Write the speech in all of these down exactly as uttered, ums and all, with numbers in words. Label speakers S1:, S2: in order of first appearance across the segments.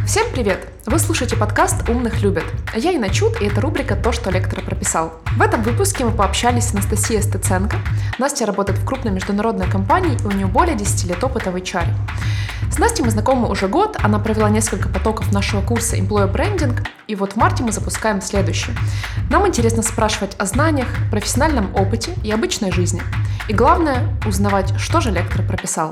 S1: Всем привет! Вы слушаете подкаст «Умных любят». Я Инна Чуд, и это рубрика «То, что лектор прописал». В этом выпуске мы пообщались с Анастасией Стеценко. Настя работает в крупной международной компании, и у нее более десять лет опыта в эйч ар. С Настей мы знакомы уже год, она провела несколько потоков нашего курса Employer Branding, и вот в марте мы запускаем следующий. Нам интересно спрашивать о знаниях, профессиональном опыте и обычной жизни. И главное – узнавать, что же лектор прописал.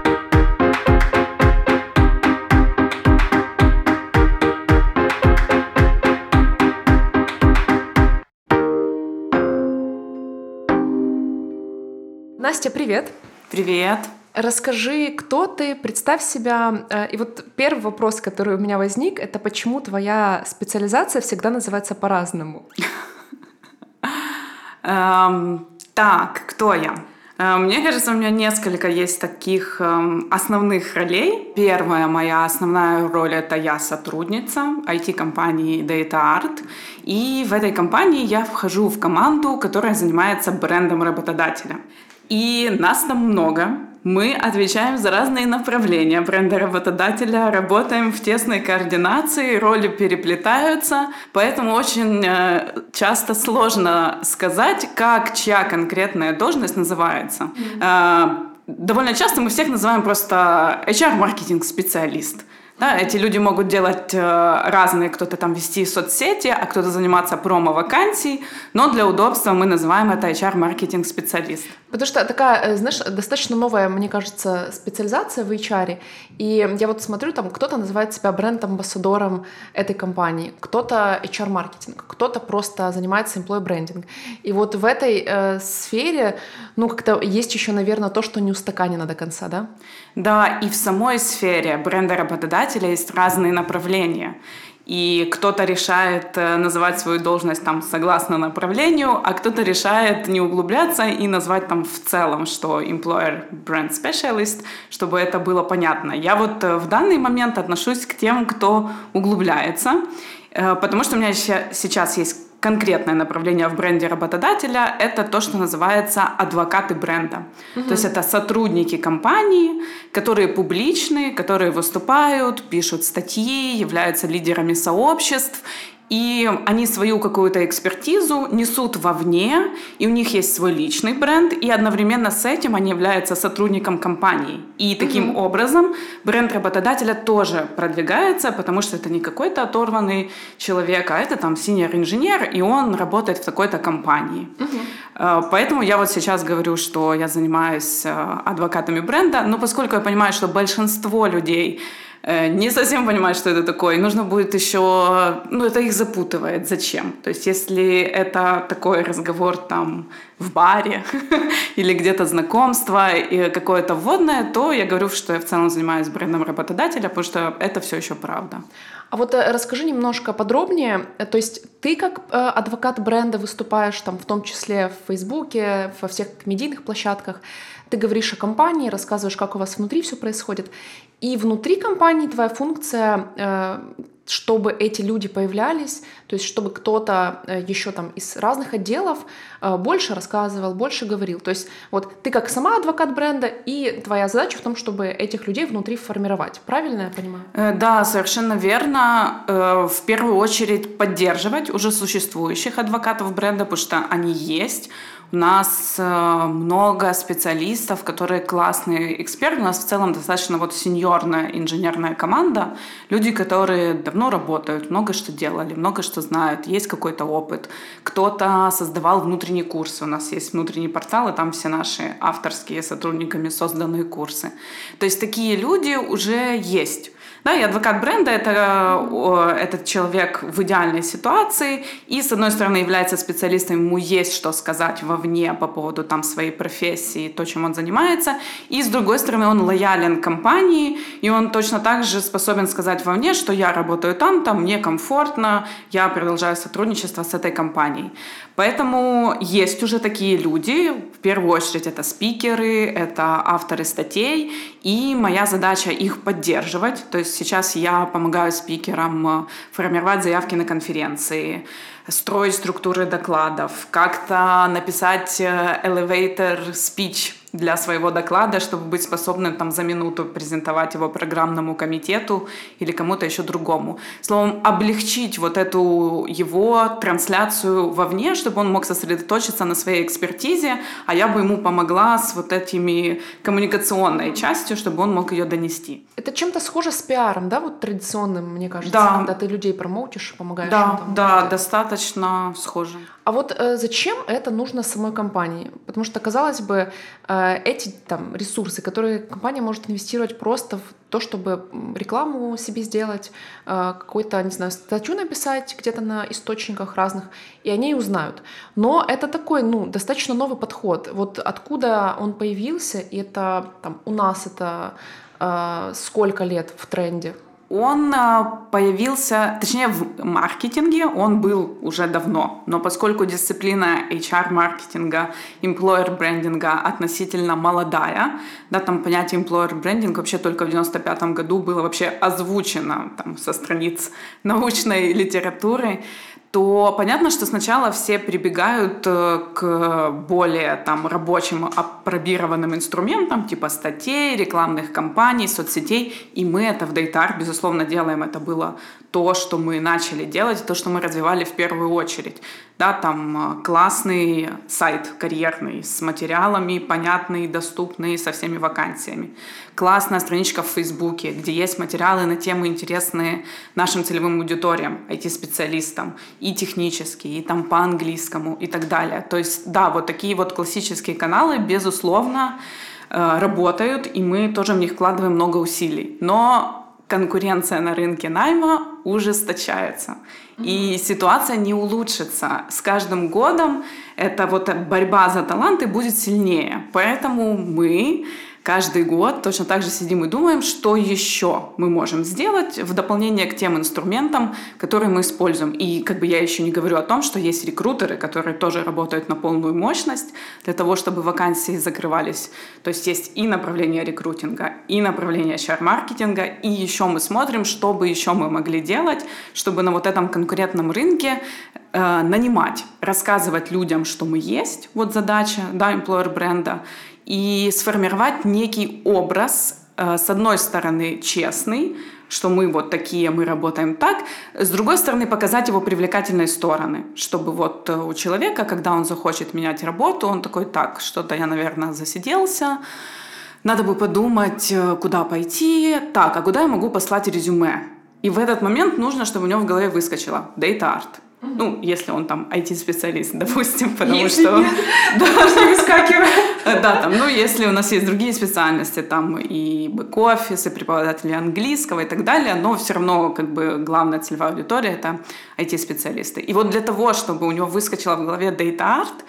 S1: Настя, привет!
S2: Привет!
S1: Расскажи, кто ты, представь себя. И вот первый вопрос, который у меня возник, это почему твоя специализация всегда называется по-разному?
S2: Так, кто я? Мне кажется, у меня несколько есть таких основных ролей. Первая моя основная роль — это я сотрудница ай ти-компании DataArt. И в этой компании я вхожу в команду, которая занимается брендом работодателя. И нас там много. Мы отвечаем за разные направления бренда работодателя, работаем в тесной координации, роли переплетаются, поэтому очень часто сложно сказать, как чья конкретная должность называется. Mm-hmm. Довольно часто мы всех называем просто эйч ар-маркетинг-специалист. Да, эти люди могут делать разные, кто-то там вести соцсети, а кто-то заниматься промо-вакансий, но для удобства мы называем это эйч ар-маркетинг-специалист.
S1: Потому что такая, знаешь, достаточно новая, мне кажется, специализация в эйч ар. И я вот смотрю, там кто-то называет себя бренд-амбассадором этой компании, кто-то эйч ар-маркетинг, кто-то просто занимается employee branding. И вот в этой э, сфере, ну, как-то есть еще, наверное, то, что не устаканено до конца, да?
S2: Да, и в самой сфере бренда работодателя есть разные направления. И кто-то решает называть свою должность там согласно направлению, а кто-то решает не углубляться и назвать там в целом, что Employer Brand Specialist, чтобы это было понятно. Я вот в данный момент отношусь к тем, кто углубляется, потому что у меня сейчас есть конкретное направление в бренде работодателя — это то, что называется адвокаты бренда. Uh-huh. То есть это сотрудники компании, которые публичны, которые выступают, пишут статьи, являются лидерами сообществ, и они свою какую-то экспертизу несут вовне, и у них есть свой личный бренд, и одновременно с этим они являются сотрудником компании. И таким uh-huh. образом бренд работодателя тоже продвигается, потому что это не какой-то оторванный человек, а это там синьор-инженер, и он работает в такой-то компании. Uh-huh. Поэтому я вот сейчас говорю, что я занимаюсь адвокатами бренда, но поскольку я понимаю, что большинство людей не совсем понимают, что это такое. Нужно будет еще... Ну, это их запутывает. Зачем? То есть, если это такой разговор там в баре или где-то знакомство и какое-то вводное, то я говорю, что я в целом занимаюсь брендом работодателя, потому что это все еще правда.
S1: А вот расскажи немножко подробнее. То есть ты как адвокат бренда выступаешь там в том числе в Фейсбуке, во всех медийных площадках. Ты говоришь о компании, рассказываешь, как у вас внутри все происходит. И внутри компании твоя функция, чтобы эти люди появлялись, то есть чтобы кто-то еще там из разных отделов больше рассказывал, больше говорил. То есть вот ты как сама адвокат бренда, и твоя задача в том, чтобы этих людей внутри формировать. Правильно я понимаю?
S2: Да, совершенно верно. В первую очередь поддерживать уже существующих адвокатов бренда, потому что они есть. У нас много специалистов, которые классные эксперты. У нас в целом достаточно вот сеньорная инженерная команда. Люди, которые давно работают, много что делали, много что знают, есть какой-то опыт. Кто-то создавал внутренние курсы. У нас есть внутренний портал, и там все наши авторские сотрудниками созданные курсы. То есть такие люди уже есть. Да, и адвокат бренда — это этот человек в идеальной ситуации, и, с одной стороны, является специалистом, ему есть что сказать вовне по поводу там, своей профессии, то, чем он занимается, и, с другой стороны, он лоялен компании, и он точно так же способен сказать вовне, что я работаю там, там мне комфортно, я продолжаю сотрудничество с этой компанией. Поэтому есть уже такие люди, в первую очередь это спикеры, это авторы статей, и моя задача их поддерживать, то есть сейчас я помогаю спикерам формировать заявки на конференции, строить структуры докладов, как-то написать elevator speech для своего доклада, чтобы быть способным там за минуту презентовать его программному комитету или кому-то еще другому. Словом, облегчить вот эту его трансляцию вовне, чтобы он мог сосредоточиться на своей экспертизе, а я бы ему помогла с вот этими коммуникационной частью, чтобы он мог ее донести.
S1: Это чем-то схоже с пиаром, да, вот традиционным, мне кажется,
S2: да.
S1: когда ты людей промоутишь, помогаешь.
S2: Да,
S1: там,
S2: да,
S1: вот.
S2: достаточно схоже.
S1: А вот э, зачем это нужно самой компании? Потому что, казалось бы, э, эти там ресурсы, которые компания может инвестировать просто в то, чтобы рекламу себе сделать, э, какую-то, не знаю, статью написать где-то на источниках разных, и они узнают. Но это такой, ну, достаточно новый подход. Вот откуда он появился, и это там у нас это э, сколько лет в тренде?
S2: Он появился, точнее, в маркетинге он был уже давно, но поскольку дисциплина эйч ар-маркетинга, employer-брендинга относительно молодая, да, там понятие employer-брендинг вообще только в девяносто пятом году было вообще озвучено там, со страниц научной литературы, то понятно, что сначала все прибегают к более там, рабочим апробированным инструментам, типа статей, рекламных кампаний, соцсетей, и мы это в DataArt, безусловно, делаем. Это было то, что мы начали делать, то, что мы развивали в первую очередь. Да, там классный сайт карьерный с материалами, понятный, доступный, со всеми вакансиями. Классная страничка в Фейсбуке, где есть материалы на темы, интересные нашим целевым аудиториям, ай ти-специалистам, и технические, и там по-английскому, и так далее. То есть, да, вот такие вот классические каналы, безусловно, работают, и мы тоже в них вкладываем много усилий. Но конкуренция на рынке найма ужесточается. И ситуация не улучшится. С каждым годом эта вот борьба за таланты будет сильнее. Поэтому мы каждый год точно так же сидим и думаем, что еще мы можем сделать в дополнение к тем инструментам, которые мы используем. И как бы я еще не говорю о том, что есть рекрутеры, которые тоже работают на полную мощность для того, чтобы вакансии закрывались. То есть есть и направление рекрутинга, и направление эйч ар-маркетинга, и еще мы смотрим, что бы еще мы могли делать, чтобы на вот этом конкурентном рынке э, нанимать, рассказывать людям, что мы есть, вот задача, да, employer-бренда, и сформировать некий образ, с одной стороны, честный, что мы вот такие, мы работаем так, с другой стороны, показать его привлекательные стороны, чтобы вот у человека, когда он захочет менять работу, он такой, так, что-то я, наверное, засиделся, надо бы подумать, куда пойти, так, а куда я могу послать резюме? И в этот момент нужно, чтобы у него в голове выскочило DataArt. Ну, если он там ай ти-специалист, допустим, потому
S1: если
S2: что...
S1: Нет, да, что выскакивает.
S2: Да, там, ну, если у нас есть другие специальности, там и бэк-офис, и преподаватели английского и так далее, но все равно, как бы, главная целевая аудитория — это ай ти-специалисты. И вот для того, чтобы у него выскочило в голове DataArt,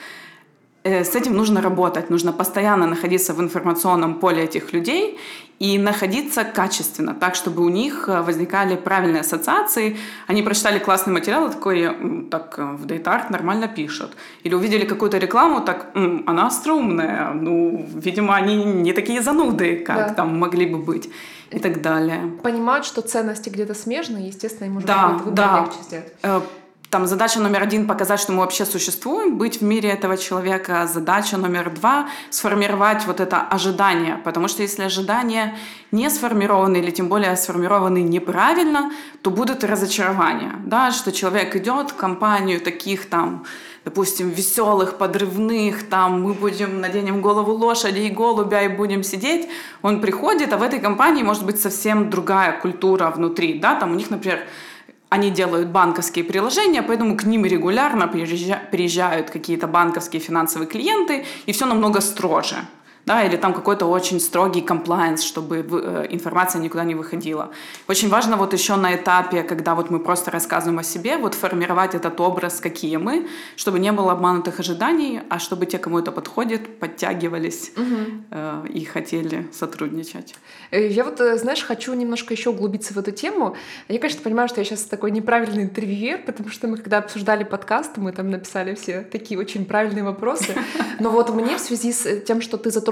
S2: с этим нужно работать, нужно постоянно находиться в информационном поле этих людей и находиться качественно, так, чтобы у них возникали правильные ассоциации. Они прочитали классный материал, и такой, так, в DataArt нормально пишут. Или увидели какую-то рекламу, так, м, она остроумная, ну, видимо, они не такие зануды, как да. там могли бы быть, и так далее.
S1: Понимают, что ценности где-то смежны, естественно, им уже
S2: да,
S1: будет выбор
S2: да.
S1: легче сделать.
S2: Там задача номер один — показать, что мы вообще существуем, быть в мире этого человека. Задача номер два — сформировать вот это ожидание. Потому что если ожидания не сформированы или тем более сформированы неправильно, то будут разочарования. Да? Что человек идет в компанию таких там, допустим, веселых, подрывных, там мы будем, наденем голову лошади и голубя и будем сидеть. Он приходит, а в этой компании может быть совсем другая культура внутри. Да? Там у них, например, они делают банковские приложения, поэтому к ним регулярно приезжают какие-то банковские финансовые клиенты, и все намного строже. Да, или там какой-то очень строгий комплаенс, чтобы информация никуда не выходила. Очень важно вот еще на этапе, когда вот мы просто рассказываем о себе, вот формировать этот образ, какие мы, чтобы не было обманутых ожиданий, а чтобы те, кому это подходит, подтягивались угу. э, и хотели сотрудничать.
S1: Я вот, знаешь, хочу немножко еще углубиться в эту тему. Я, конечно, понимаю, что я сейчас такой неправильный интервьюер, потому что мы, когда обсуждали подкаст, мы там написали все такие очень правильные вопросы. Но вот мне в связи с тем, что ты затронула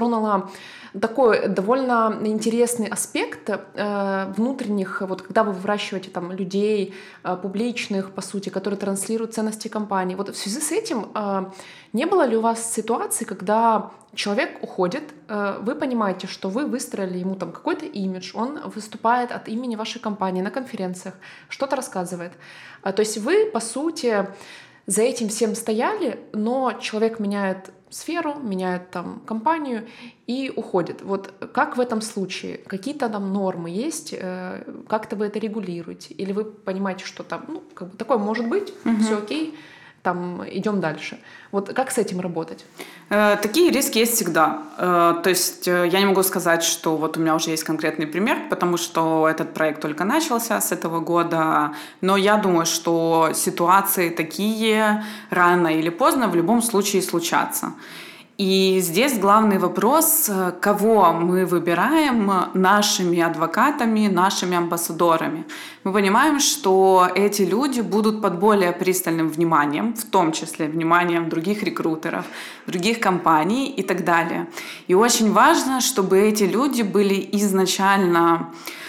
S1: затронула такой довольно интересный аспект э, внутренних, вот когда вы выращиваете там людей э, публичных, по сути, которые транслируют ценности компании. Вот в связи с этим э, не было ли у вас ситуации, когда человек уходит, э, вы понимаете, что вы выстроили ему там какой-то имидж, он выступает от имени вашей компании на конференциях, что-то рассказывает. А, то есть вы, по сути, за этим всем стояли, но человек меняет сферу, меняет там компанию и уходит. Вот как в этом случае? Какие-то там нормы есть? Как-то вы это регулируете? Или вы понимаете, что там, ну, как бы такое может быть, угу. все окей, там идем дальше. Вот как с этим работать?
S2: Такие риски есть всегда. То есть я не могу сказать, что вот у меня уже есть конкретный пример, потому что этот проект только начался с этого года. Но я думаю, что ситуации такие рано или поздно в любом случае случатся. И здесь главный вопрос, кого мы выбираем нашими адвокатами, нашими амбассадорами. Мы понимаем, что эти люди будут под более пристальным вниманием, в том числе вниманием других рекрутеров, других компаний и так далее. И очень важно, чтобы эти люди были изначально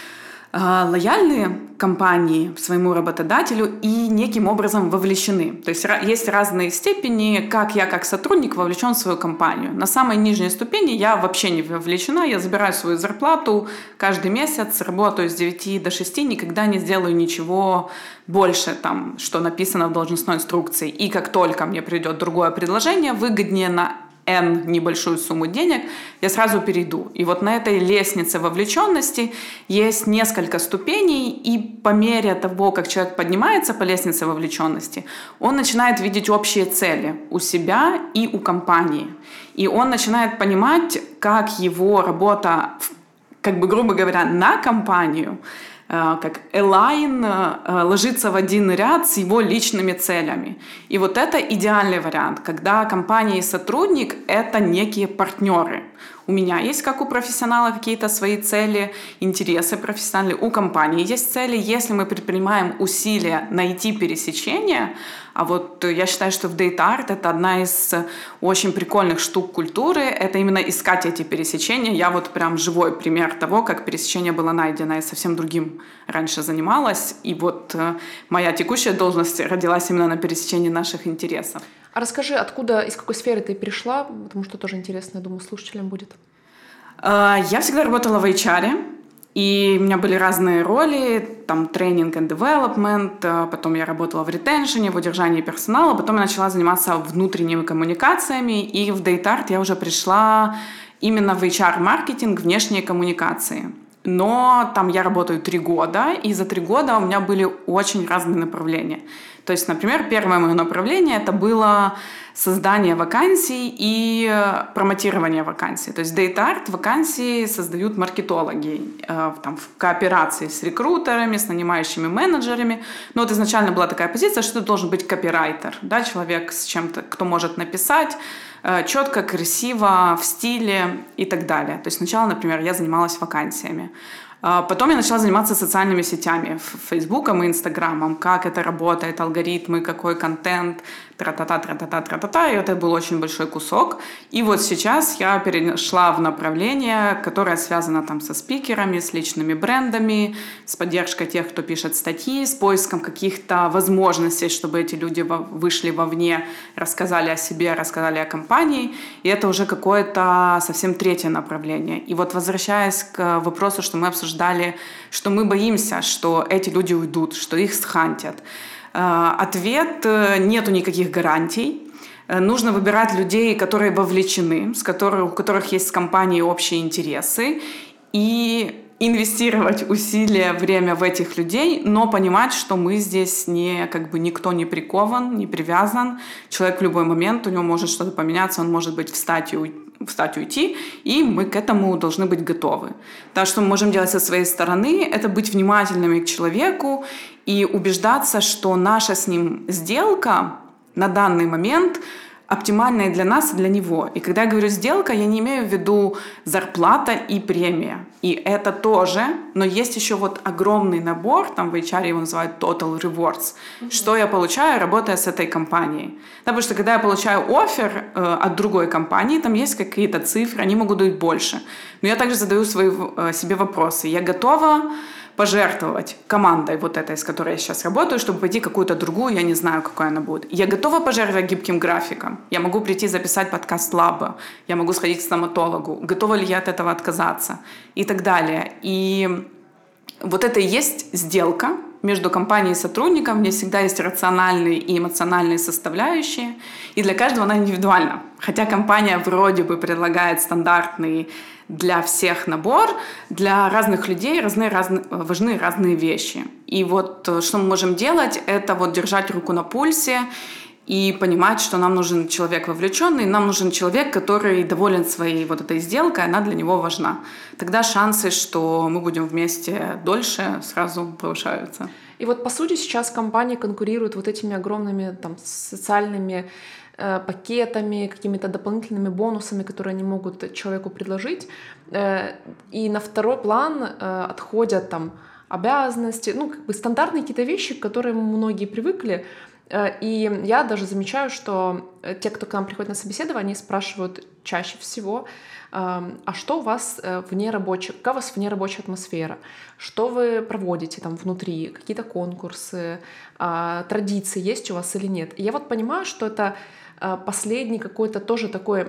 S2: лояльны компании, своему работодателю и неким образом вовлечены. То есть есть разные степени, как я как сотрудник вовлечен в свою компанию. На самой нижней ступени я вообще не вовлечена, я забираю свою зарплату каждый месяц, работаю с девяти до шести, никогда не сделаю ничего больше, там, что написано в должностной инструкции. И как только мне придет другое предложение, выгоднее на N небольшую сумму денег, я сразу перейду. И вот на этой лестнице вовлеченности есть несколько ступеней, и по мере того, как человек поднимается по лестнице вовлеченности, он начинает видеть общие цели у себя и у компании. И он начинает понимать, как его работа, как бы грубо говоря, на компанию, как align ложится в один ряд с его личными целями. И вот это идеальный вариант, когда компания и сотрудник — это некие партнеры. У меня есть, как у профессионала, какие-то свои цели, интересы профессиональные. У компании есть цели. Если мы предпринимаем усилия найти пересечения, а вот я считаю, что в Data Art это одна из очень прикольных штук культуры, это именно искать эти пересечения. Я вот прям живой пример того, как пересечение было найдено. Я совсем другим раньше занималась. И вот моя текущая должность родилась именно на пересечении наших интересов.
S1: А расскажи, откуда, из какой сферы ты пришла, потому что тоже интересно, я думаю, слушателям будет.
S2: Я всегда работала в эйч ар, и у меня были разные роли, там тренинг and development, потом я работала в ретеншене, в удержании персонала, потом я начала заниматься внутренними коммуникациями, и в Data Art я уже пришла именно в эйч ар-маркетинг, внешние коммуникации. Но там я работаю три года, и за три года у меня были очень разные направления. То есть, например, первое мое направление — это было создание вакансий и промотирование вакансий. То есть в Data Art вакансии создают маркетологи э, там, в кооперации с рекрутерами, с нанимающими менеджерами. Но вот изначально была такая позиция, что ты должен быть копирайтер, да, человек с чем-то, кто может написать э, четко, красиво, в стиле и так далее. То есть сначала, например, я занималась вакансиями. Потом я начала заниматься социальными сетями, Фейсбуком и Инстаграмом, как это работает, алгоритмы, какой контент, тра-та-та, тра-та-та, тра-та-та, и это был очень большой кусок. И вот сейчас я перешла в направление, которое связано там со спикерами, с личными брендами, с поддержкой тех, кто пишет статьи, с поиском каких-то возможностей, чтобы эти люди вышли вовне, рассказали о себе, рассказали о компании. И это уже какое-то совсем третье направление. И вот возвращаясь к вопросу, что мы обсуждали, что мы боимся, что эти люди уйдут, что их схантят. Ответ — нету никаких гарантий. Нужно выбирать людей, которые вовлечены, с которых, у которых есть с компанией общие интересы, и инвестировать усилия, время в этих людей, но понимать, что мы здесь не, как бы никто не прикован, не привязан. Человек в любой момент, у него может что-то поменяться, он может быть встать и уйти, встать, уйти, и мы к этому должны быть готовы. То, что мы можем делать со своей стороны, это быть внимательными к человеку и убеждаться, что наша с ним сделка на данный момент оптимальные для нас и для него. И когда я говорю сделка, я не имею в виду зарплата и премия. И это тоже, но есть еще вот огромный набор, там в эйч ар его называют total rewards, mm-hmm. что я получаю, работая с этой компанией. Да, потому что когда я получаю оффер э, от другой компании, там есть какие-то цифры, они могут дать больше. Но я также задаю свои, э, себе вопросы. Я готова пожертвовать командой вот этой, с которой я сейчас работаю, чтобы пойти какую-то другую, я не знаю, какой она будет. Я готова пожертвовать гибким графиком. Я могу прийти записать подкаст лаба. Я могу сходить к стоматологу. Готова ли я от этого отказаться? И так далее. И вот это и есть сделка между компанией и сотрудником. Мне всегда есть рациональные и эмоциональные составляющие. И для каждого она индивидуальна. Хотя компания вроде бы предлагает стандартный для всех набор, для разных людей разные, разные, важны разные вещи. И вот что мы можем делать, это вот держать руку на пульсе и понимать, что нам нужен человек вовлеченный, нам нужен человек, который доволен своей вот этой сделкой, она для него важна. Тогда шансы, что мы будем вместе дольше, сразу повышаются.
S1: И вот по сути сейчас компании конкурируют вот этими огромными там социальными пакетами, какими-то дополнительными бонусами, которые они могут человеку предложить. И на второй план отходят там обязанности, ну, как бы стандартные какие-то вещи, к которым многие привыкли. И я даже замечаю, что те, кто к нам приходит на собеседование, они спрашивают чаще всего, а что у вас вне рабочей, какая у вас внерабочая атмосфера, что вы проводите там внутри, какие-то конкурсы, традиции есть у вас или нет. И я вот понимаю, что это последний какой-то тоже такой,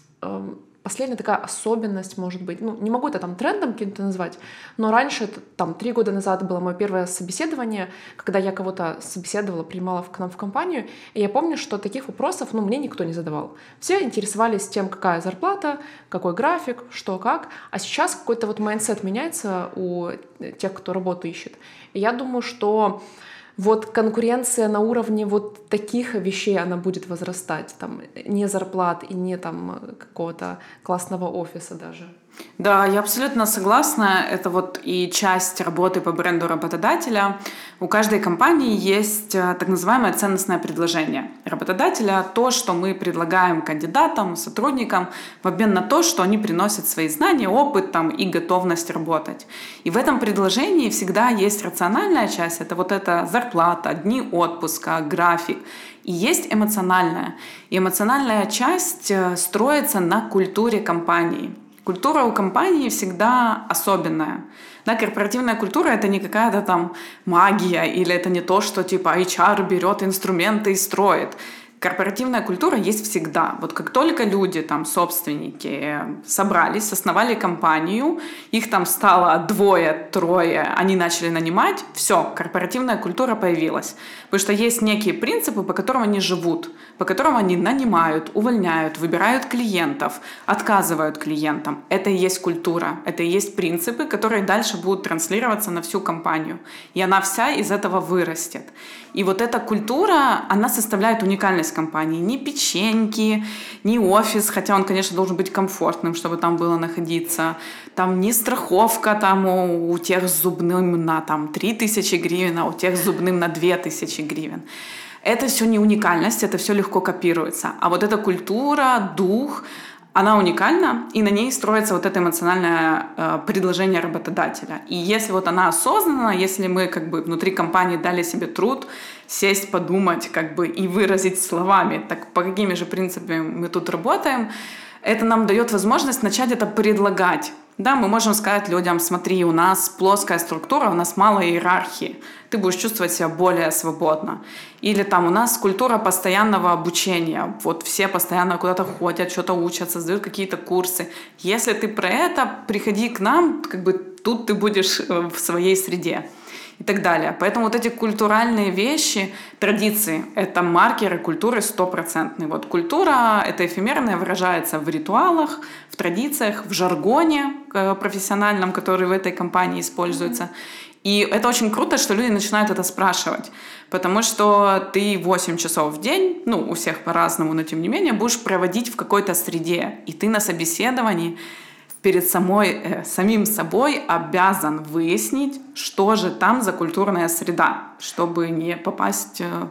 S1: последняя такая особенность, может быть, ну, не могу это там трендом каким-то назвать, но раньше, это, там, три года назад было мое первое собеседование, когда я кого-то собеседовала, принимала к нам в компанию, и я помню, что таких вопросов, ну, мне никто не задавал. Все интересовались тем, какая зарплата, какой график, что, как, а сейчас какой-то вот майндсет меняется у тех, кто работу ищет. И я думаю, что вот конкуренция на уровне вот таких вещей, она будет возрастать, там, не зарплат и не там какого-то классного офиса даже.
S2: Да, я абсолютно согласна. Это вот и часть работы по бренду работодателя. У каждой компании есть так называемое ценностное предложение работодателя, то, что мы предлагаем кандидатам, сотрудникам в обмен на то, что они приносят свои знания, опыт там, и готовность работать. И в этом предложении всегда есть рациональная часть, это вот эта зарплата, дни отпуска, график. И есть эмоциональная. И эмоциональная часть строится на культуре компании. Культура у компании всегда особенная. Да, корпоративная культура — это не какая-то там магия, или это не то, что типа эйч ар берет инструменты и строит. Корпоративная культура есть всегда. Вот как только люди, там, собственники собрались, основали компанию, их там стало двое, трое, они начали нанимать, все, корпоративная культура появилась. Потому что есть некие принципы, по которым они живут, по которым они нанимают, увольняют, выбирают клиентов, отказывают клиентам. Это и есть культура, это и есть принципы, которые дальше будут транслироваться на всю компанию. И она вся из этого вырастет. И вот эта культура, она составляет уникальность компании. Ни печеньки, ни офис, хотя он, конечно, должен быть комфортным, чтобы там было находиться. Там ни страховка там, у, у тех с зубным на там, три тысячи гривен, а у тех с зубным на две тысячи гривен. Это все не уникальность, это все легко копируется. А вот эта культура, дух, она уникальна, и на ней строится вот это эмоциональное э, предложение работодателя. И если вот она осознанна, если мы как бы внутри компании дали себе труд сесть, подумать как бы и выразить словами, так по какими же принципам мы тут работаем, это нам дает возможность начать это предлагать. Да, мы можем сказать людям: смотри, у нас плоская структура, у нас мало иерархии, ты будешь чувствовать себя более свободно. Или там у нас культура постоянного обучения, вот все постоянно куда-то ходят, что-то учатся, сдают какие-то курсы. Если ты про это, приходи к нам, как бы тут ты будешь в своей среде. И так далее. Поэтому вот эти культуральные вещи, традиции — это маркеры культуры стопроцентные. Вот культура, это эфемерное, выражается в ритуалах, в традициях, в жаргоне профессиональном, который в этой компании используется. Mm-hmm. И это очень круто, что люди начинают это спрашивать, потому что ты восемь часов в день, ну, у всех по-разному, но тем не менее, будешь проводить в какой-то среде, и ты на собеседовании перед самой, э, самим собой обязан выяснить, что же там за культурная среда, чтобы не попасть э,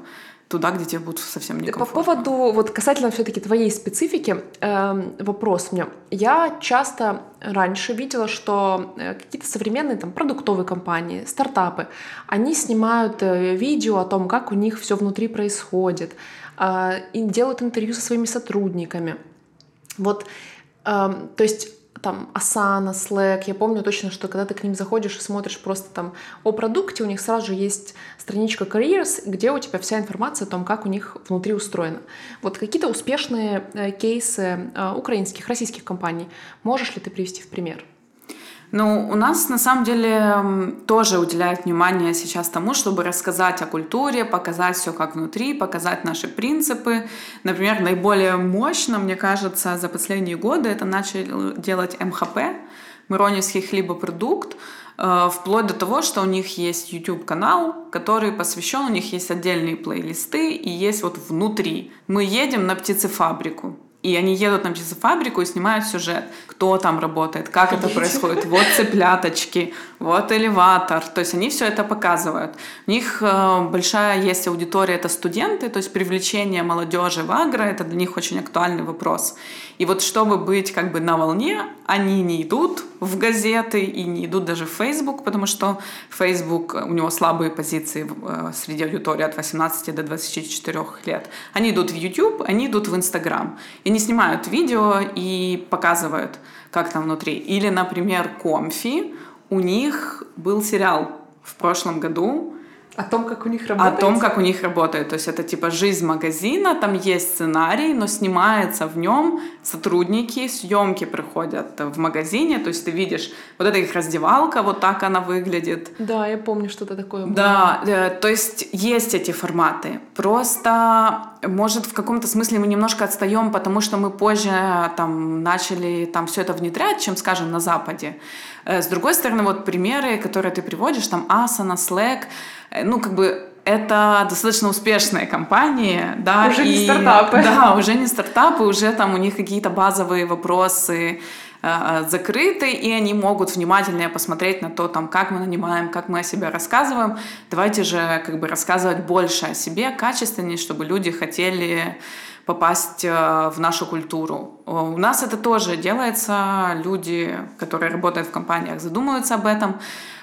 S2: туда, где тебе будет совсем
S1: По
S2: некомфортно.
S1: поводу, вот касательно все-таки твоей специфики, э, вопрос у меня. Я часто раньше видела, что э, какие-то современные там продуктовые компании, стартапы, они снимают э, видео о том, как у них все внутри происходит, э, и делают интервью со своими сотрудниками. Вот, э, то есть там Asana, Slack, я помню точно, что когда ты к ним заходишь и смотришь просто там о продукте, у них сразу же есть страничка Careers, где у тебя вся информация о том, как у них внутри устроено. Вот какие-то успешные э, кейсы э, украинских, российских компаний можешь ли ты привести в пример?
S2: Ну, у нас на самом деле тоже уделяют внимание сейчас тому, чтобы рассказать о культуре, показать все как внутри, показать наши принципы. Например, наиболее мощно, мне кажется, за последние годы это начали делать эм ха пэ, Миронівський хлібопродукт, вплоть до того, что у них есть YouTube-канал, который посвящен, у них есть отдельные плейлисты, и есть вот внутри. Мы едем на птицефабрику. И они едут на птицефабрику и снимают сюжет, кто там работает, как это происходит. Вот цыпляточки, вот элеватор. То есть они все это показывают. У них э, большая есть аудитория, это студенты, то есть привлечение молодежи в агро, это для них очень актуальный вопрос. И вот чтобы быть как бы на волне, они не идут в газеты и не идут даже в Facebook, потому что Facebook, у него слабые позиции э, среди аудитории от восемнадцати до двадцати четырёх лет. Они идут в YouTube, они идут в Instagram. И они снимают видео и показывают, как там внутри. Или, например, Comfy, у них был сериал в прошлом году
S1: о том, как у них работает?
S2: О том, как у них работает. То есть это типа жизнь магазина, там есть сценарий, но снимается в нем сотрудники, съемки проходят в магазине, то есть ты видишь, вот эта их раздевалка, вот так она выглядит.
S1: Да, я помню, что-то такое было.
S2: Да, да, то есть есть эти форматы. Просто, может, в каком-то смысле мы немножко отстаем, потому что мы позже там начали там все это внедрять, чем, скажем, на Западе. С другой стороны, вот примеры, которые ты приводишь, там Asana, Slack, ну, как бы это достаточно успешные компании, да.
S1: Уже
S2: и,
S1: не стартапы.
S2: Да, уже не стартапы, уже там у них какие-то базовые вопросы э, закрыты, и они могут внимательнее посмотреть на то, там, как мы нанимаем, как мы о себе рассказываем. Давайте же как бы рассказывать больше о себе, качественнее, чтобы люди хотели попасть в нашу культуру. У нас это тоже делается, люди, которые работают в компаниях, задумываются об этом.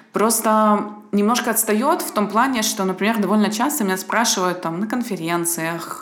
S2: Просто немножко отстает в том плане, что, например, довольно часто меня спрашивают там, на конференциях,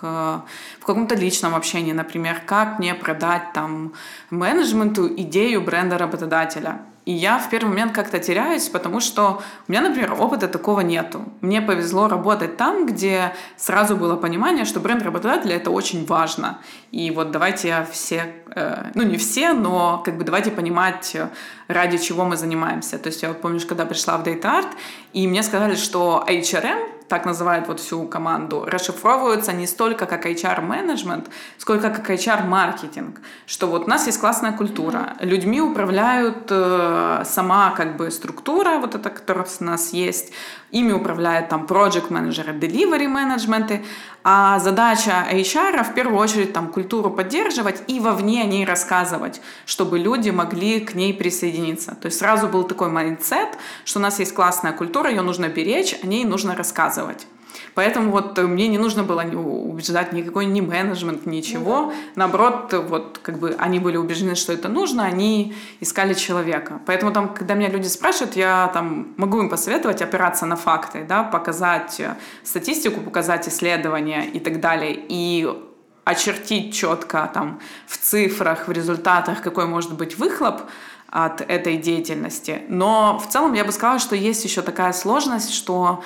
S2: в каком-то личном общении, например, как мне продать там, менеджменту идею бренда работодателя. И я в первый момент как-то теряюсь, потому что у меня, например, опыта такого нету. Мне повезло работать там, где сразу было понимание, что бренд работодателя — это очень важно. И вот давайте все, э, ну не все, но как бы давайте понимать, ради чего мы занимаемся. То есть я вот помню, когда пришла в DataArt, и мне сказали, что эйч ар эм, так называют вот всю команду, расшифровываются не столько как эйч ар-менеджмент, сколько как эйч ар-маркетинг. Что вот у нас есть классная культура. Людьми управляют э, сама как бы структура, вот эта, которая у нас есть. Ими управляют там project-менеджеры, delivery-менеджменты. А задача эйч ар в первую очередь там культуру поддерживать и вовне о ней рассказывать, чтобы люди могли к ней присоединиться. То есть сразу был такой майндсет, что у нас есть классная культура, ее нужно беречь, о ней нужно рассказывать. Поэтому вот мне не нужно было убеждать никакой ни менеджмент, ничего. Ну, да. Наоборот, вот как бы они были убеждены, что это нужно, они искали человека. Поэтому там, когда меня люди спрашивают, я там могу им посоветовать опираться на факты, да, показать статистику, показать исследования и так далее. И очертить четко там в цифрах, в результатах, какой может быть выхлоп от этой деятельности. Но в целом я бы сказала, что есть еще такая сложность, что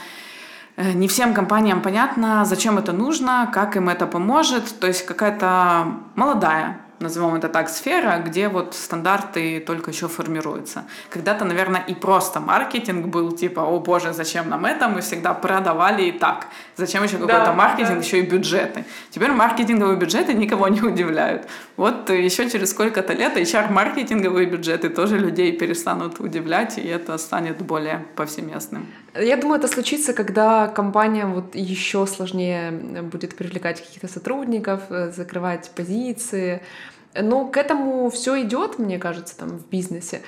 S2: не всем компаниям понятно, зачем это нужно, как им это поможет. То есть какая-то молодая, назовем это так, сфера, где вот стандарты только еще формируются. Когда-то, наверное, и просто маркетинг был типа, о боже, зачем нам это? Мы всегда продавали и так. Зачем еще какой-то да, маркетинг, да. Еще и бюджеты. Теперь маркетинговые бюджеты никого не удивляют. Вот еще через сколько-то лет эйч ар-маркетинговые бюджеты тоже людей перестанут удивлять, и это станет более повсеместным.
S1: Я думаю, это случится, когда компаниям вот еще сложнее будет привлекать каких-то сотрудников, закрывать позиции. Но к этому все идет, мне кажется, там в бизнесе.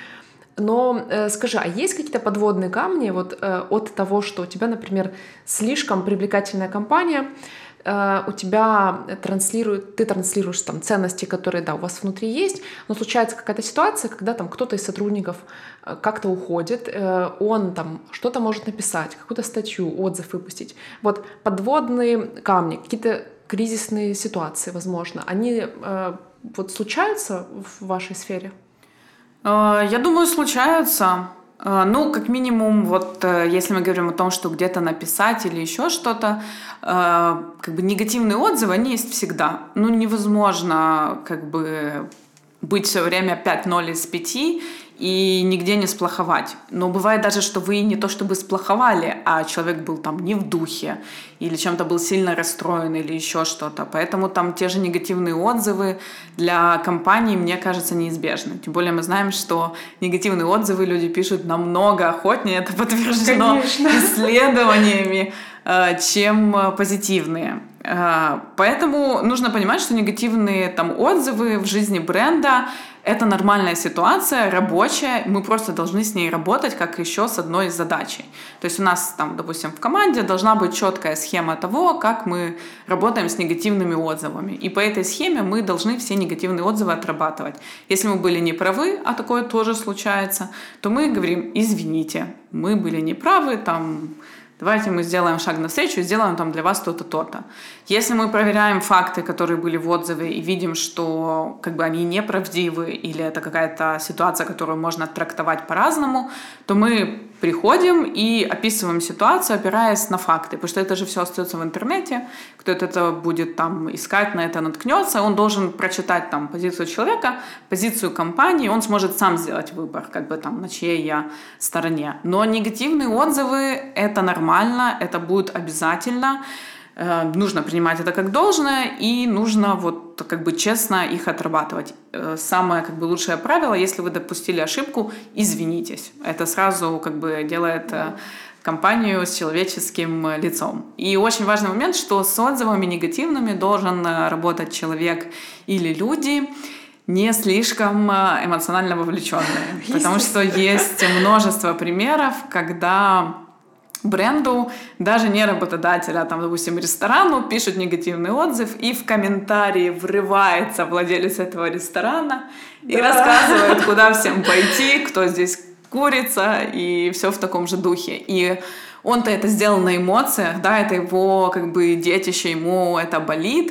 S1: Но э, скажи, а есть какие-то подводные камни вот, э, от того, что у тебя, например, слишком привлекательная компания, э, у тебя транслирует, ты транслируешь там ценности, которые, да, у вас внутри есть, но случается какая-то ситуация, когда там кто-то из сотрудников э, как-то уходит, э, он там что-то может написать, какую-то статью, отзыв выпустить. Вот подводные камни, какие-то кризисные ситуации, возможно, они э, вот случаются в вашей сфере?
S2: Я думаю, случаются. Ну, как минимум, вот если мы говорим о том, что где-то написать или еще что-то, как бы негативные отзывы, они есть всегда. Ну, невозможно как бы быть все время пять ноль из пяти и нигде не сплоховать. Но бывает даже, что вы не то чтобы сплоховали, а человек был там не в духе, или чем-то был сильно расстроен, или еще что-то. Поэтому там те же негативные отзывы для компаний, мне кажется, неизбежны. Тем более мы знаем, что негативные отзывы люди пишут намного охотнее, это подтверждено Конечно. исследованиями, чем позитивные. Поэтому нужно понимать, что негативные там отзывы в жизни бренда — это нормальная ситуация, рабочая. Мы просто должны с ней работать как еще с одной задачей. То есть у нас там, допустим, в команде должна быть четкая схема того, как мы работаем с негативными отзывами. И по этой схеме мы должны все негативные отзывы отрабатывать. Если мы были неправы, а такое тоже случается, то мы говорим: извините, мы были неправы, там... Давайте мы сделаем шаг навстречу и сделаем там для вас то-то, то-то. Если мы проверяем факты, которые были в отзыве, и видим, что как бы они неправдивы или это какая-то ситуация, которую можно трактовать по-разному, то мы приходим и описываем ситуацию, опираясь на факты, потому что это же все остается в интернете, кто-то это будет там искать, на это наткнется, он должен прочитать там позицию человека, позицию компании, он сможет сам сделать выбор, как бы там на чьей я стороне. Но негативные отзывы — это нормально, это будет обязательно. Нужно принимать это как должное, и нужно вот как бы честно их отрабатывать. Самое как бы лучшее правило: если вы допустили ошибку, извинитесь. Это сразу как бы делает компанию с человеческим лицом. И очень важный момент, что с отзывами негативными должен работать человек или люди не слишком эмоционально вовлеченные. Потому что есть множество примеров, когда бренду, даже не работодателя, а там, допустим, ресторану пишут негативный отзыв, и в комментарии врывается владелец этого ресторана и да. рассказывает, куда всем пойти, кто здесь курица, и все в таком же духе. И он-то это сделал на эмоциях, да, это его как бы детище, ему это болит,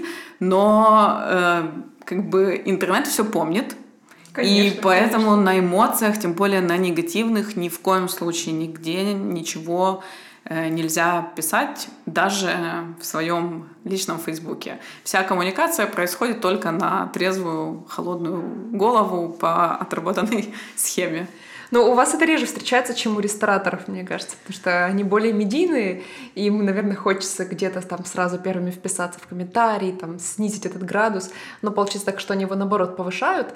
S2: но э, как бы интернет все помнит. Конечно, и поэтому конечно. На эмоциях, тем более на негативных, ни в коем случае нигде ничего э, нельзя писать, даже в своем личном Фейсбуке. Вся коммуникация происходит только на трезвую, холодную голову по отработанной схеме.
S1: Но у вас это реже встречается, чем у рестораторов, мне кажется, потому что они более медийные, и им, наверное, хочется где-то там сразу первыми вписаться в комментарии, там, снизить этот градус, но получается так, что они его, наоборот, повышают.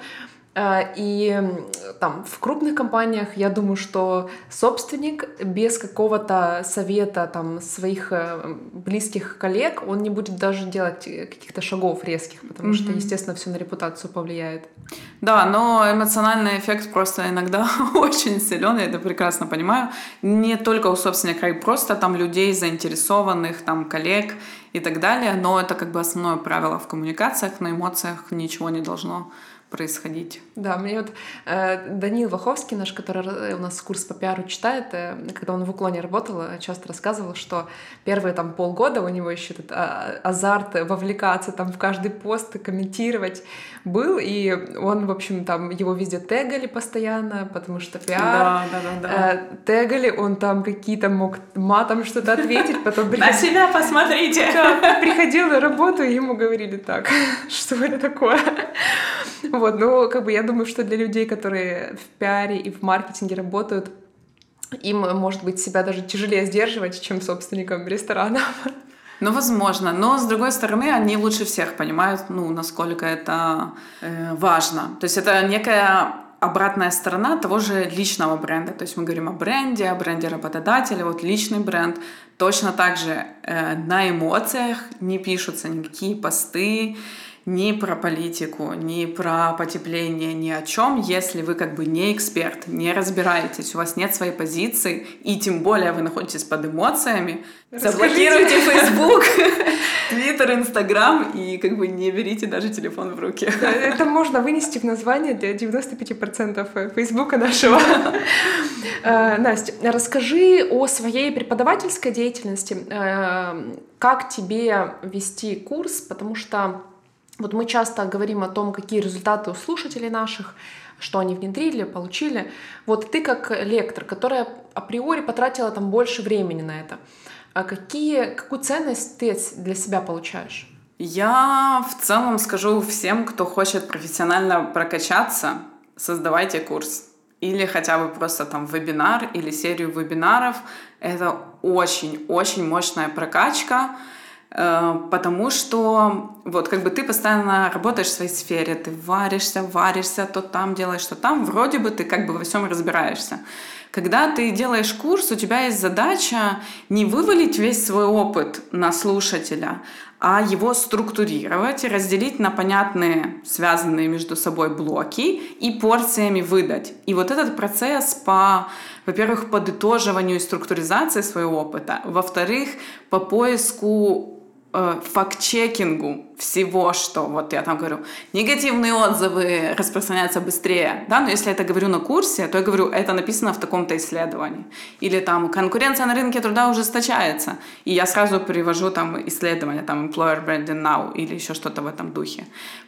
S1: И там в крупных компаниях, я думаю, что собственник без какого-то совета там своих близких коллег, он не будет даже делать каких-то шагов резких, потому mm-hmm. что, естественно, все на репутацию повлияет.
S2: Да, но эмоциональный эффект просто иногда очень силен, я это прекрасно понимаю. Не только у собственника, и просто там людей заинтересованных, там коллег и так далее, но это как бы основное правило в коммуникациях, на эмоциях ничего не должно происходить.
S1: Да, мне вот э, Данил Ваховский, наш, который у нас курс по пиару читает, э, когда он в Уклоне работал, часто рассказывал, что первые там полгода у него еще этот а, азарт вовлекаться там в каждый пост, комментировать был, и он, в общем, там его везде тегали постоянно, потому что пиар.
S2: Да, да, да, да.
S1: Э, тегали, он там какие-то мог матом что-то ответить, потом...
S2: На себя посмотрите!
S1: Приходил на работу, и ему говорили так, что это такое? Вот, ну, как бы я думаю, что для людей, которые в пиаре и в маркетинге работают, им, может быть, себя даже тяжелее сдерживать, чем собственникам ресторанов.
S2: Ну, возможно. Но, с другой стороны, они лучше всех понимают, ну, насколько это э, важно. То есть это некая обратная сторона того же личного бренда. То есть мы говорим о бренде, о бренде работодателя. Вот личный бренд точно так же э, на эмоциях не пишутся никакие посты, ни про политику, ни про потепление, ни о чем, если вы как бы не эксперт, не разбираетесь, у вас нет своей позиции, и тем более вы находитесь под эмоциями. Заблокируйте Facebook, Twitter, Instagram и как бы не берите даже телефон в руки.
S1: Это можно вынести в название для девяносто пять процентов Фейсбука нашего. Настя, расскажи о своей преподавательской деятельности. Как тебе вести курс? Потому что вот мы часто говорим о том, какие результаты у слушателей наших, что они внедрили, получили. Вот ты как лектор, которая априори потратила там больше времени на это, а какие, какую ценность ты для себя получаешь?
S2: Я в целом скажу всем, кто хочет профессионально прокачаться, создавайте курс. Или хотя бы просто там вебинар или серию вебинаров. Это очень-очень мощная прокачка, потому что вот как бы ты постоянно работаешь в своей сфере, ты варишься, варишься, то там делаешь, то там, вроде бы ты как бы во всем разбираешься. Когда ты делаешь курс, у тебя есть задача не вывалить весь свой опыт на слушателя, а его структурировать и разделить на понятные, связанные между собой блоки и порциями выдать. И вот этот процесс по, во-первых, подытоживанию и структуризации своего опыта, во-вторых, по поиску факт-чекингу всего, что вот я там говорю, негативные отзывы распространяются быстрее, да, но если я это говорю на курсе, то я говорю, это написано в таком-то исследовании. Или там конкуренция на рынке труда ужесточается, и я сразу привожу там исследование, там Employer Branding Now или еще что-то в этом духе.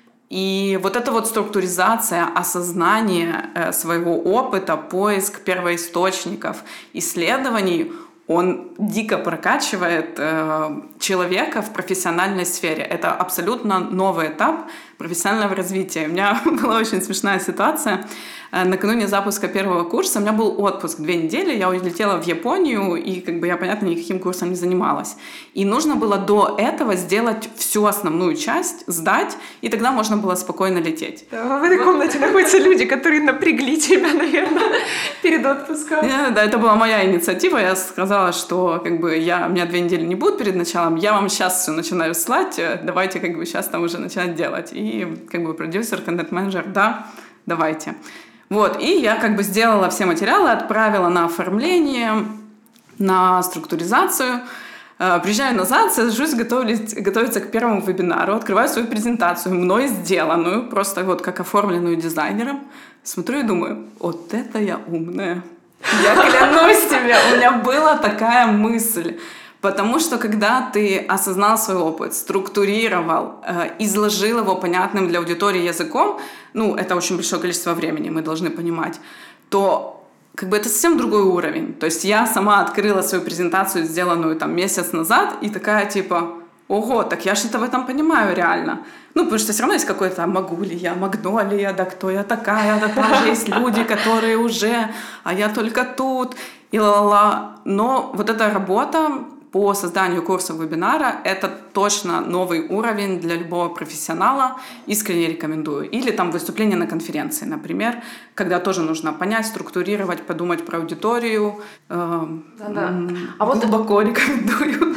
S2: И вот эта вот структуризация, осознание своего опыта, поиск первоисточников, исследований, он дико прокачивает э, человека в профессиональной сфере. Это абсолютно новый этап профессионального развития. У меня была очень смешная ситуация. Э, накануне запуска первого курса у меня был отпуск две недели. Я улетела в Японию, и как бы я, понятно, никаким курсом не занималась. И нужно было до этого сделать всю основную часть, сдать, и тогда можно было спокойно лететь.
S1: В этой комнате находятся люди, которые напрягли тебя, наверное, перед отпуском.
S2: Да, это была моя инициатива. Я сказала, что как бы я, у меня две недели не будет перед началом, я вам сейчас все начинаю слать, давайте как бы сейчас там уже начинать делать. И как бы продюсер, контент-менеджер, да, давайте. Вот, и я как бы сделала все материалы, отправила на оформление, на структуризацию. Приезжаю назад, сажусь готовить, готовиться к первому вебинару, открываю свою презентацию, мной сделанную, просто вот как оформленную дизайнером. Смотрю и думаю, вот это я умная. Я клянусь тебе, у меня была такая мысль. Потому что когда ты осознал свой опыт, структурировал, э, изложил его понятным для аудитории языком, ну, это очень большое количество времени, мы должны понимать, то как бы это совсем другой уровень. То есть я сама открыла свою презентацию, сделанную там месяц назад, и такая типа, ого, так я что-то в этом понимаю реально. Ну, потому что все равно есть какой-то, могу ли я, могу ли я, да кто я такая, да там же есть люди, которые уже, а я только тут, и ла-ла-ла. Но вот эта работа по созданию курса вебинара — это точно новый уровень для любого профессионала, искренне рекомендую. Или там выступление на конференции, например, когда тоже нужно понять, структурировать, подумать про аудиторию.
S1: Да-да.
S2: А вот глубоко рекомендую.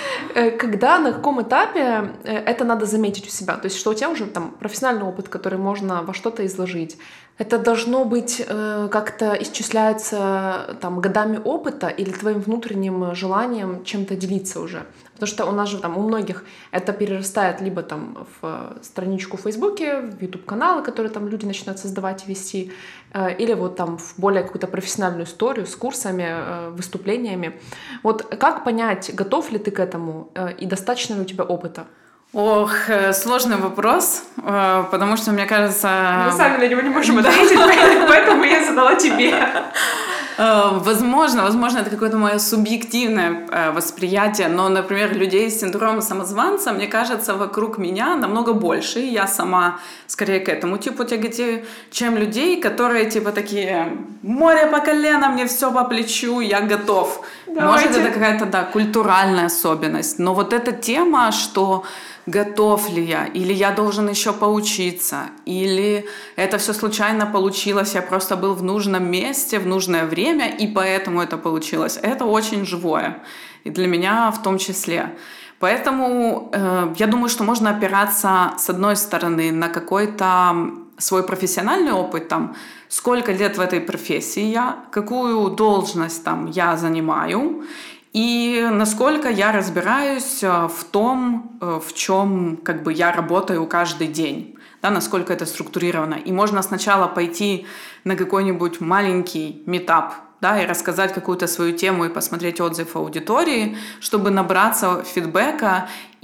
S1: Когда, на каком этапе это надо заметить у себя? То есть, что у тебя уже там профессиональный опыт, который можно во что-то изложить. Это должно быть э, как-то исчисляется там годами опыта или твоим внутренним желанием чем-то делиться уже? Потому что у нас же там у многих это перерастает либо там в страничку в Фейсбуке, в YouTube-каналы, которые там люди начинают создавать и вести, э, или вот там в более какую-то профессиональную историю с курсами, э, выступлениями. Вот как понять, готов ли ты к этому э, и достаточно ли у тебя опыта?
S2: Ох, сложный вопрос, потому что, мне кажется...
S1: Мы сами на него не можем ответить, поэтому я задала тебе.
S2: Возможно, возможно, это какое-то мое субъективное восприятие, но, например, людей с синдромом самозванца, мне кажется, вокруг меня намного больше, и я сама скорее к этому типу тяготею, чем людей, которые типа такие, море по колено, мне все по плечу, я готов. Давайте. Может, это какая-то, да, культуральная особенность, но вот эта тема, что готов ли я, или я должен еще поучиться, или это все случайно получилось, я просто был в нужном месте, в нужное время, и поэтому это получилось. Это очень живое, и для меня в том числе. Поэтому э, я думаю, что можно опираться, с одной стороны, на какой-то свой профессиональный опыт, там, сколько лет в этой профессии я, какую должность там я занимаю, и насколько я разбираюсь в том, в чем как бы я работаю каждый день, да, насколько это структурировано. И можно сначала пойти на какой-нибудь маленький митап, да, и рассказать какую-то свою тему и посмотреть отзыв аудитории, чтобы набраться фидбэка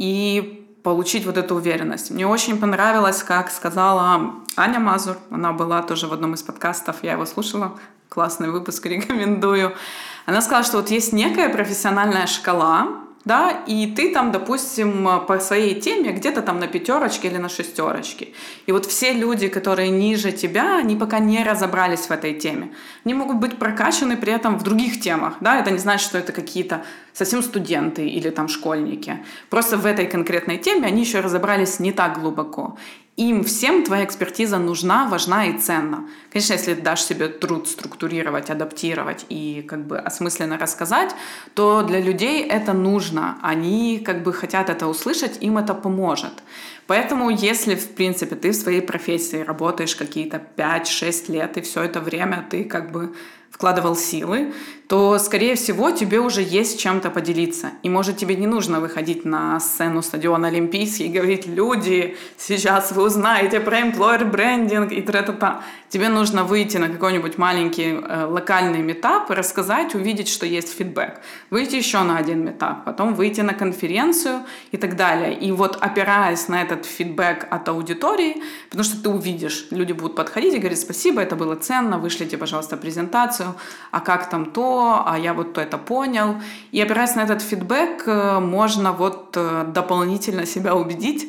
S2: и получить вот эту уверенность. Мне очень понравилось, как сказала Аня Мазур, она была тоже в одном из подкастов, я его слушала, классный выпуск, рекомендую. Она сказала, что вот есть некая профессиональная шкала, да, и ты там, допустим, по своей теме где-то там на пятерочке или на шестерочке. И вот все люди, которые ниже тебя, они пока не разобрались в этой теме. Они могут быть прокачаны при этом в других темах, да, это не значит, что это какие-то совсем студенты или там школьники. Просто в этой конкретной теме они еще разобрались не так глубоко. Им всем твоя экспертиза нужна, важна и ценна. Конечно, если ты дашь себе труд структурировать, адаптировать и как бы осмысленно рассказать, то для людей это нужно. Они как бы хотят это услышать, им это поможет. Поэтому если, в принципе, ты в своей профессии работаешь какие-то пять-шесть лет, и все это время ты как бы вкладывал силы, то, скорее всего, тебе уже есть чем-то поделиться. И, может, тебе не нужно выходить на сцену стадиона Олимпийский и говорить: люди, сейчас вы узнаете про employer branding и тра-та-та. Тебе нужно выйти на какой-нибудь маленький э, локальный митап и рассказать, увидеть, что есть фидбэк. Выйти еще на один митап, потом выйти на конференцию и так далее. И вот опираясь на этот фидбэк от аудитории, потому что ты увидишь, люди будут подходить и говорить: спасибо, это было ценно, вышлите, пожалуйста, презентацию, а как там то, а я вот то это понял. И опираясь на этот фидбэк, можно вот дополнительно себя убедить,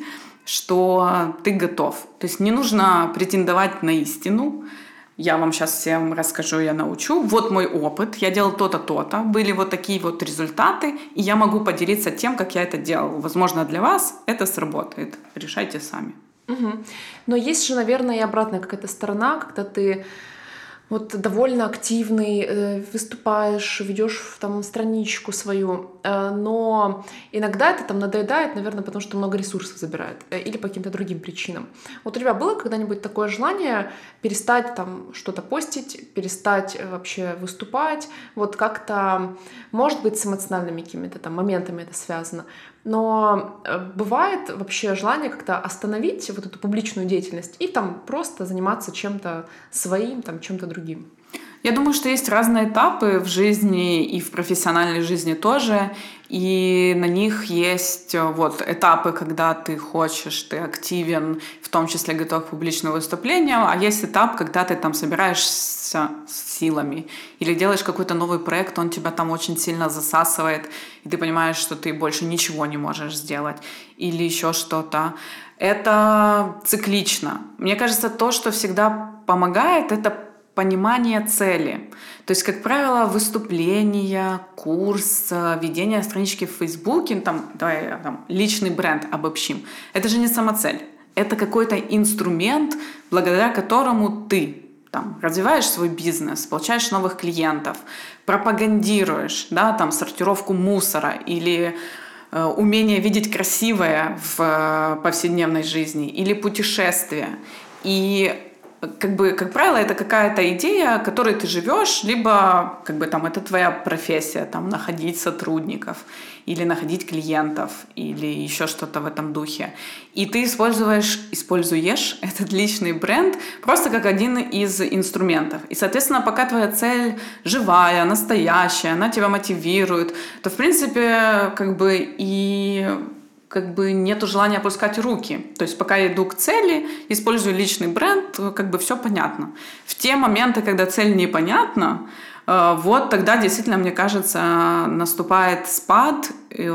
S2: что ты готов. То есть не нужно претендовать на истину. Я вам сейчас всем расскажу, я научу. Вот мой опыт, я делал то-то, то-то, были вот такие вот результаты, и я могу поделиться тем, как я это делал. Возможно, для вас это сработает. Решайте сами.
S1: Угу. Но есть же, наверное, и обратная какая-то сторона, когда ты вот довольно активный, э, выступаешь, ведешь там страничку свою, э, но иногда это там надоедает, наверное, потому что много ресурсов забирает э, или по каким-то другим причинам. Вот у тебя было когда-нибудь такое желание перестать там что-то постить, перестать э, вообще выступать, вот как-то, может быть, с эмоциональными какими-то там моментами это связано, но э, бывает вообще желание как-то остановить вот эту публичную деятельность и там просто заниматься чем-то своим, там чем-то другим. Другим.
S2: Я думаю, что есть разные этапы в жизни и в профессиональной жизни тоже, и на них есть вот этапы, когда ты хочешь, ты активен, в том числе готов к публичному выступлению, а есть этап, когда ты там собираешься с силами или делаешь какой-то новый проект, он тебя там очень сильно засасывает, и ты понимаешь, что ты больше ничего не можешь сделать или еще что-то. Это циклично. Мне кажется, то, что всегда помогает, это понимание цели. То есть, как правило, выступления, курс, ведение странички в Фейсбуке, там, давай, там, личный бренд обобщим. Это же не самоцель. Это какой-то инструмент, благодаря которому ты там, развиваешь свой бизнес, получаешь новых клиентов, пропагандируешь, да, там, сортировку мусора или э, умение видеть красивое в э, повседневной жизни или путешествия. И как бы, как правило, это какая-то идея, которой ты живешь, либо как бы там это твоя профессия, там находить сотрудников или находить клиентов или еще что-то в этом духе. И ты используешь, используешь этот личный бренд просто как один из инструментов. И, соответственно, пока твоя цель живая, настоящая, она тебя мотивирует, то, в принципе, как бы и как бы нету желания опускать руки. То есть пока я иду к цели, использую личный бренд, как бы все понятно. В те моменты, когда цель непонятна, вот тогда действительно, мне кажется, наступает спад,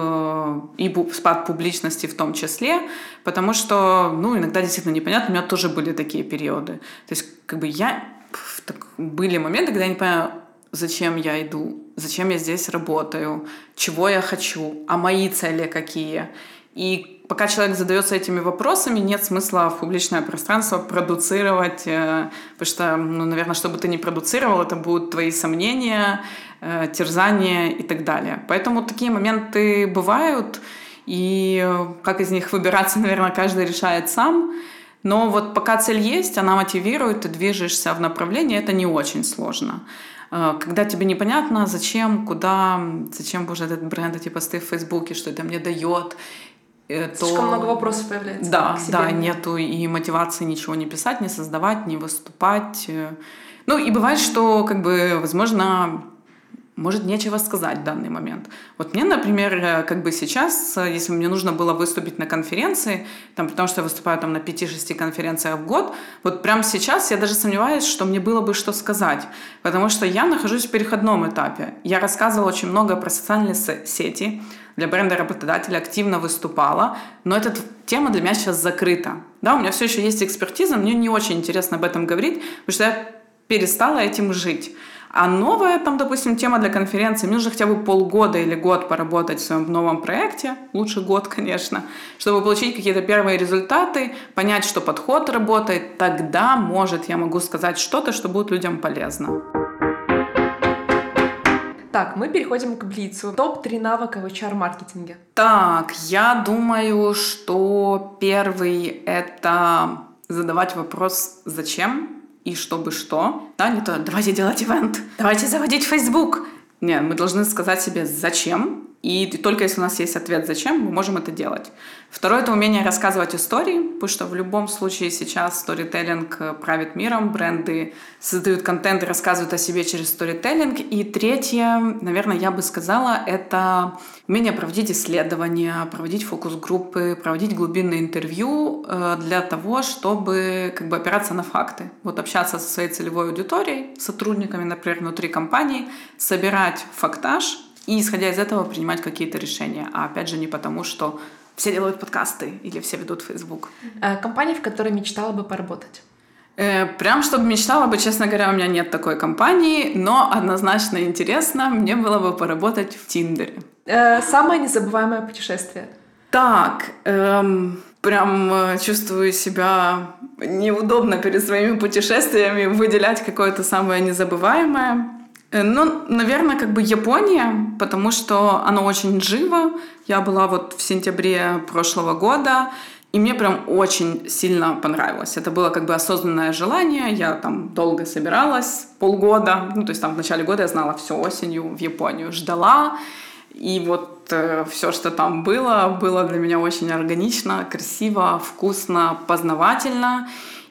S2: и спад публичности в том числе, потому что, ну, иногда действительно непонятно, у меня тоже были такие периоды. То есть как бы я... Были моменты, когда я не понимаю, зачем я иду, зачем я здесь работаю, чего я хочу, а мои цели какие. И пока человек задается этими вопросами, нет смысла в публичное пространство продуцировать, потому что, ну, наверное, что бы ты ни продуцировал, это будут твои сомнения, терзания и так далее. Поэтому такие моменты бывают, И как из них выбираться, наверное, каждый решает сам. Но вот пока цель есть, она мотивирует, ты движешься в направлении, это не очень сложно. Когда тебе непонятно, зачем, куда, зачем уже этот бренд, эти посты в Фейсбуке, что это мне дает,
S1: слишком то... много вопросов появляется.
S2: Да, да, нету и мотивации ничего не писать, не создавать, не выступать. Ну и бывает, что, как бы, возможно, может, нечего сказать в данный момент. Вот мне, например, как бы сейчас, если мне нужно было выступить на конференции, там, потому что я выступаю там на пяти-шести конференциях в год, вот прямо сейчас я даже сомневаюсь, что мне было бы что сказать, потому что я нахожусь в переходном этапе. Я рассказывала очень много про социальные сети, для бренда работодателя, активно выступала, но эта тема для меня сейчас закрыта. Да, у меня все еще есть экспертиза, мне не очень интересно об этом говорить, потому что я перестала этим жить. А новая, там, допустим, тема для конференции, мне нужно хотя бы полгода или год поработать в своем новом проекте, лучше год, конечно, чтобы получить какие-то первые результаты, понять, что подход работает, тогда, может, я могу сказать что-то, что будет людям полезно.
S1: Так, мы переходим к Блицу. топ три навыка в эйч ар-маркетинге.
S2: Так, я думаю, что первый — это задавать вопрос «зачем?» и «чтобы что?». Да, не то «давайте делать ивент», «давайте заводить Facebook». Нет, мы должны сказать себе «зачем?». И только если у нас есть ответ «зачем?», мы можем это делать. Второе — это умение рассказывать истории, потому что в любом случае сейчас сторителлинг правит миром, бренды создают контент и рассказывают о себе через сторителлинг. И третье, наверное, я бы сказала, это умение проводить исследования, проводить фокус-группы, проводить глубинные интервью для того, чтобы как бы опираться на факты. Вот общаться со своей целевой аудиторией, сотрудниками, например, внутри компании, собирать фактаж, и, исходя из этого, принимать какие-то решения. А опять же, не потому, что все делают подкасты или все ведут Facebook.
S1: Компания, в которой мечтала бы поработать?
S2: Э, прям, чтобы мечтала бы, честно говоря, у меня нет такой компании, но однозначно интересно, мне было бы поработать в Тиндере.
S1: Э, самое незабываемое путешествие?
S2: Так, эм, прям чувствую себя неудобно перед своими путешествиями выделять какое-то самое незабываемое. Ну, наверное, как бы Япония, потому что оно очень живо. Я была вот в сентябре прошлого года, и мне прям очень сильно понравилось. Это было как бы осознанное желание. Я там долго собиралась, полгода. Ну, то есть там в начале года я знала, все, осенью в Японию ждала. И вот э, все, что там было, было для меня очень органично, красиво, вкусно, познавательно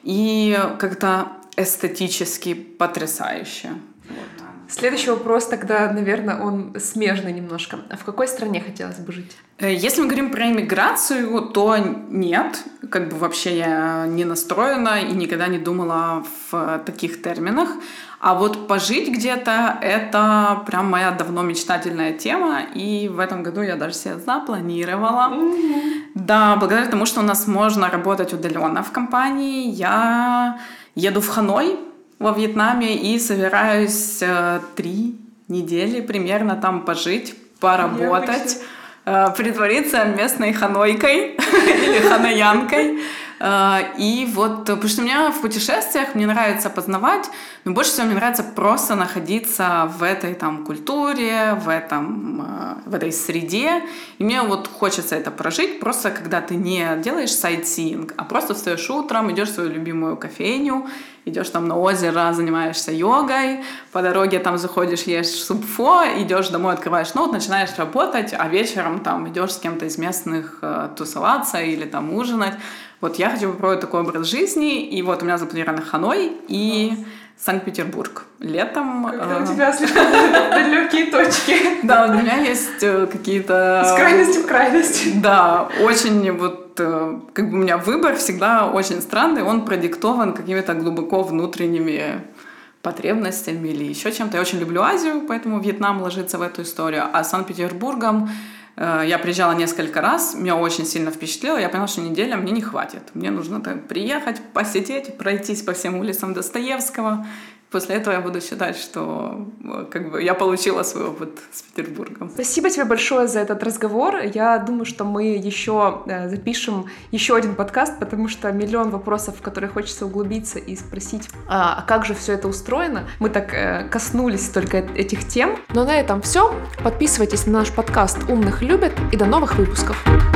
S2: и как-то эстетически потрясающе.
S1: Следующий вопрос тогда, наверное, он смежный немножко. А в какой стране хотелось бы жить?
S2: Если мы говорим про иммиграцию, то нет. Как бы вообще я не настроена и никогда не думала в таких терминах. А вот пожить где-то — это прям моя давно мечтательная тема. И в этом году я даже себе запланировала. Mm-hmm. Да, благодаря тому, что у нас можно работать удаленно в компании, я еду в Ханой во Вьетнаме и собираюсь э, три недели примерно там пожить, поработать, э, притвориться местной ханойкой или ханоянкой. Э, и вот, потому что у меня в путешествиях мне нравится познавать, но больше всего мне нравится просто находиться в этой там культуре, в, этом, э, в этой среде. И мне вот хочется это прожить, просто когда ты не делаешь сайтсиинг, а просто встаешь утром, идешь в свою любимую кофейню, идешь там на озеро, занимаешься йогой, по дороге там заходишь, ешь супфо, идешь домой, открываешь ноут, начинаешь работать, а вечером там идешь с кем-то из местных э, тусоваться или там ужинать. Вот я хочу попробовать такой образ жизни, и вот у меня запланировано Ханой и Санкт-Петербург летом.
S1: Когда у тебя слишком далекие точки.
S2: Да, у меня есть какие-то...
S1: С крайности в крайность.
S2: Да, очень вот, как бы у меня выбор всегда очень странный, он продиктован какими-то глубоко внутренними потребностями или еще чем-то. Я очень люблю Азию, поэтому Вьетнам ложится в эту историю. А с Санкт-Петербургом я приезжала несколько раз, меня очень сильно впечатлило, я поняла, что неделя мне не хватит. Мне нужно так приехать, посидеть, пройтись по всем улицам Достоевского, После этого я буду считать, что как бы я получила свой опыт с Петербургом.
S1: Спасибо тебе большое за этот разговор. Я думаю, что мы еще запишем еще один подкаст, потому что миллион вопросов, в которые хочется углубиться и спросить, а как же все это устроено. Мы так коснулись только этих тем. Но на этом все. Подписывайтесь на наш подкаст «Умных любят» и до новых выпусков.